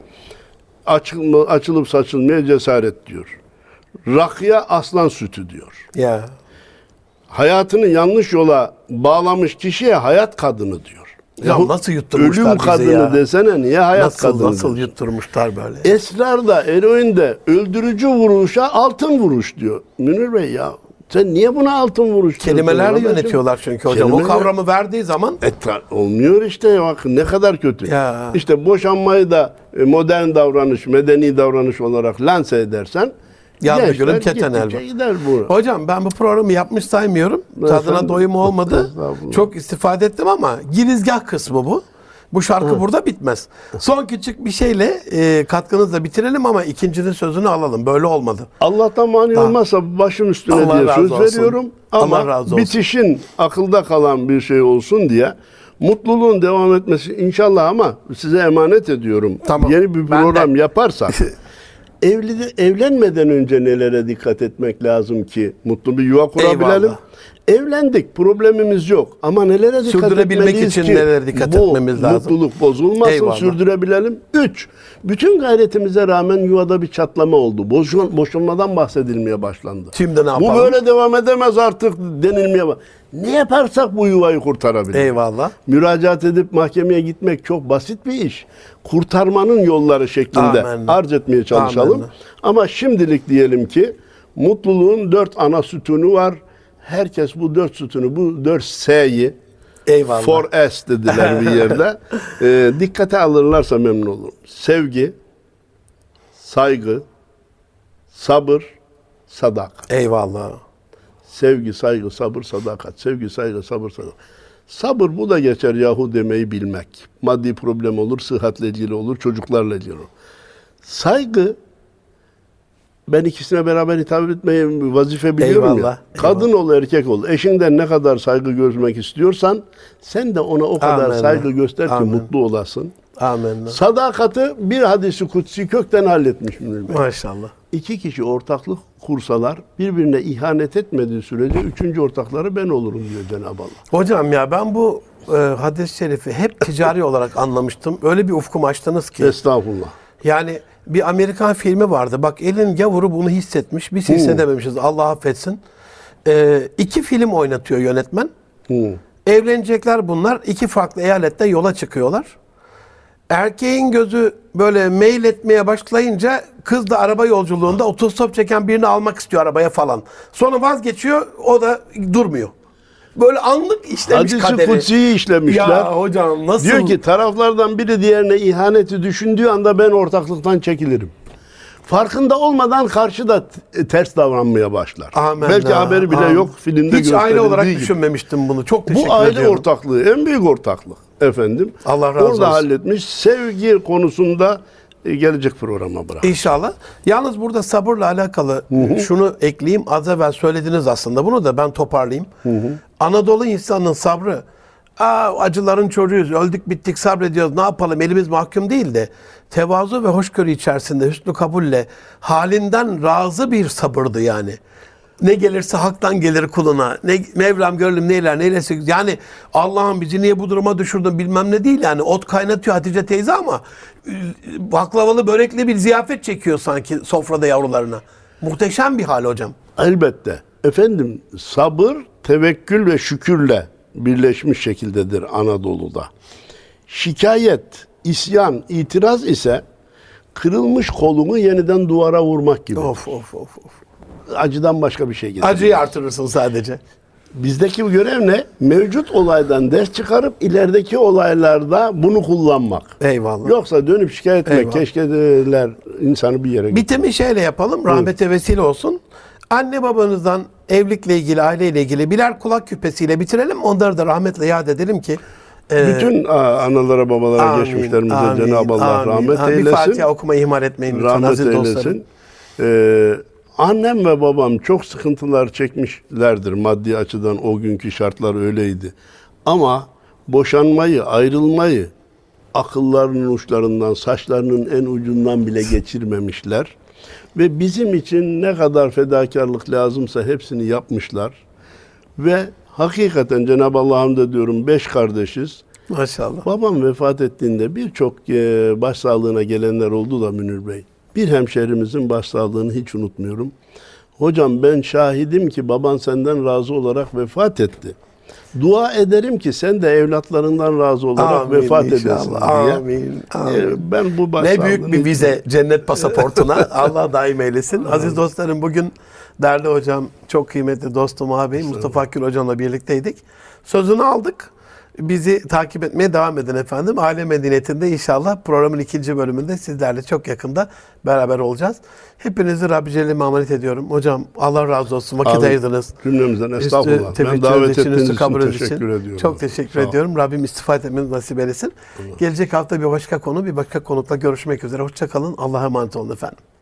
Açılıp saçılmaya cesaret diyor. Rakıya aslan sütü diyor. Ya. Hayatını yanlış yola bağlamış kişiye hayat kadını diyor. Ya nasıl yutturmuşlar ölüm kadını ya? Desene niye hayat kadını? Nasıl yutturmuşlar böyle? Esrarda, eroinde öldürücü vuruşa altın vuruş diyor. Münir Bey ya sen niye buna altın vuruş diyorsun? Kelimelerle yönetiyorlar çünkü hocam. O kavramı verdiği zaman olmuyor işte bak ne kadar kötü. Ya. İşte boşanmayı da modern davranış, medeni davranış olarak lanse edersen yavru keten elbette. Hocam ben bu programı yapmış saymıyorum. Tadına doyum olmadı. Çok istifade ettim ama girizgah kısmı bu. Bu şarkı burada bitmez. Son küçük bir şeyle katkınızla bitirelim ama ikincinin sözünü alalım. Böyle olmadı. Allah'tan mani olmazsa başım üstüne Allah diye söz veriyorum. Ama bitişin akılda kalan bir şey olsun diye mutluluğun devam etmesi inşallah ama size emanet ediyorum. Tamam. Yeni bir program yaparsak evlenmeden önce nelere dikkat etmek lazım ki mutlu bir yuva kurabilelim. Eyvallah. Evlendik, problemimiz yok. Ama nelere dikkat etmeliyiz için ki nelere dikkat etmemiz lazım. Mutluluk bozulmasın, eyvallah, sürdürebilelim. 3. Bütün gayretimize rağmen yuvada bir çatlama oldu. Boşanmadan bahsedilmeye başlandı. Şimdi ne yapalım? Bu böyle devam edemez artık denilmeye Ne yaparsak bu yuvayı kurtarabiliriz. Eyvallah. Müracaat edip mahkemeye gitmek çok basit bir iş. Kurtarmanın yolları şeklinde Amenna. arz etmeye çalışalım. Amenna. Ama şimdilik diyelim ki mutluluğun 4 ana sütunu var. Herkes bu 4 sütunu, bu 4 S'yi, Eyvallah. 4S dediler bir yerde. Dikkate alırlarsa memnun olurum. Sevgi, saygı, sabır, sadakat. Eyvallah. Sevgi, saygı, sabır, sadakat. Sevgi, saygı, sabır, sadakat. Sabır bu da geçer yahu demeyi bilmek. Maddi problem olur, sıhhatle ilgili olur, çocuklarla ilgili olur. Saygı, ben ikisine beraber hitap etmeyi vazife biliyorum Eyvallah, ya. Kadın ol, erkek ol. Eşinden ne kadar saygı görmek istiyorsan sen de ona o kadar Amenna. saygı göster ki Amenna. mutlu olasın. Amenna. Sadakati bir hadisi kutsi kökten halletmiş Münir Bey. Maşallah. İki kişi ortaklık kursalar birbirine ihanet etmediği sürece üçüncü ortakları ben olurum diyor Cenab-ı Allah. Hocam ya ben bu hadis-i şerifi hep ticari olarak anlamıştım. Öyle bir ufkumu açtınız ki. Estağfurullah. Yani bir Amerikan filmi vardı. Bak elin gavuru bunu hissetmiş. Biz hissedememişiz. Allah affetsin. 2 film oynatıyor yönetmen. Evlenecekler bunlar. 2 farklı eyalette yola çıkıyorlar. Erkeğin gözü böyle meyil etmeye başlayınca kız da araba yolculuğunda otostop çeken birini almak istiyor arabaya falan. Sonra vazgeçiyor. O da durmuyor. Böyle anlık işlemiş Hadis-i kaderi. kutsiyi işlemişler. Ya hocam nasıl? Diyor ki taraflardan biri diğerine ihaneti düşündüğü anda ben ortaklıktan çekilirim. Farkında olmadan karşı da ters davranmaya başlar. Amenna, Belki haberi bile amin. yok filmde Hiç gösterildiği aile olarak gibi. düşünmemiştim bunu. Çok teşekkür Bu aile ediyorum. ortaklığı en büyük ortaklık efendim. Allah razı Orada olsun. halletmiş. Sevgi konusunda gelecek programa bırak. İnşallah. Yalnız burada sabırla alakalı şunu ekleyeyim. Az evvel söylediniz aslında. Bunu da ben toparlayayım. Anadolu insanının sabrı, acıların çocuğuyuz, öldük bittik sabrediyoruz, ne yapalım elimiz mahkum değil de tevazu ve hoşgörü içerisinde hüsnü kabulle halinden razı bir sabırdı yani. Ne gelirse haktan gelir kuluna. Ne Mevlam gönlüm neyler neylesi. Yani Allah'ım bizi niye bu duruma düşürdün bilmem ne değil yani. Ot kaynatıyor Hatice teyze ama baklavalı börekli bir ziyafet çekiyor sanki sofrada yavrularına. Muhteşem bir hal hocam. Elbette. Efendim sabır, tevekkül ve şükürle birleşmiş şekildedir Anadolu'da. Şikayet, isyan, itiraz ise kırılmış kolunu yeniden duvara vurmak gibi. Of. Acıdan başka bir şey getirmez. Acıyı artırırsın sadece. Bizdeki görev ne? Mevcut olaydan ders çıkarıp ilerideki olaylarda bunu kullanmak. Eyvallah. Yoksa dönüp şikayet etmek, Eyvallah. keşkeler insanı bir yere götürür. Bitimi şeyle yapalım. Rahmete vesile olsun. Anne babanızdan evlilikle ilgili, aileyle ilgili birer kulak küpesiyle bitirelim. Onları da rahmetle yad edelim ki Bütün analara babalara geçmişlerimize Cenab-ı Allah rahmet eylesin. Bir Fatiha okumayı ihmal etmeyin lütfen Rahmet aziz dostlarım. eylesin. Annem ve babam çok sıkıntılar çekmişlerdir maddi açıdan, o günkü şartlar öyleydi. Ama boşanmayı, ayrılmayı akıllarının uçlarından, saçlarının en ucundan bile geçirmemişler. Ve bizim için ne kadar fedakarlık lazımsa hepsini yapmışlar. Ve hakikaten Cenab-ı Allah'ım da diyorum 5 kardeşiz. Maşallah. Babam vefat ettiğinde birçok başsağlığına gelenler oldu da Münir Bey. Bir hemşehrimizin başsağlığını hiç unutmuyorum. Hocam ben şahidim ki baban senden razı olarak vefat etti. Dua ederim ki sen de evlatlarından razı olarak vefat edesin diye. Amin. Ben bu Ne büyük bir vize cennet pasaportuna. Allah daim eylesin. Aziz dostlarım bugün değerli hocam, çok kıymetli dostum ağabeyim Mustafa Akgül hocamla birlikteydik. Sözünü aldık. Bizi takip etmeye devam edin efendim. Aile Medeniyeti'nde inşallah programın 2. bölümünde sizlerle çok yakında beraber olacağız. Hepinizi Rabbi Celle'me emanet ediyorum. Hocam Allah razı olsun. Vakit ayırdınız. Cümlemizden estağfurullah. Ben davet ettiğiniz için teşekkür ediyorum. Çok teşekkür ediyorum. Rabbim istifade etmenizi nasip eylesin. Gelecek hafta bir başka konu, bir başka konukla görüşmek üzere. Hoşça kalın. Allah'a emanet olun efendim.